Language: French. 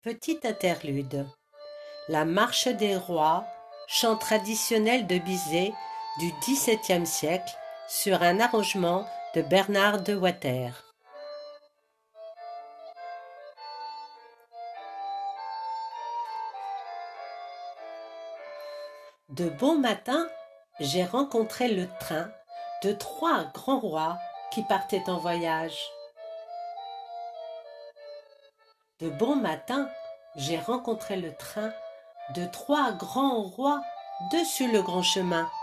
Petit interlude. La marche des rois, chant traditionnel de Bizet du XVIIe siècle sur un arrangement de Bernard de Watter. De bon matin, j'ai rencontré le train de 3 grands rois qui partaient en voyage. De bon matin, j'ai rencontré le train de 3 grands rois dessus le grand chemin.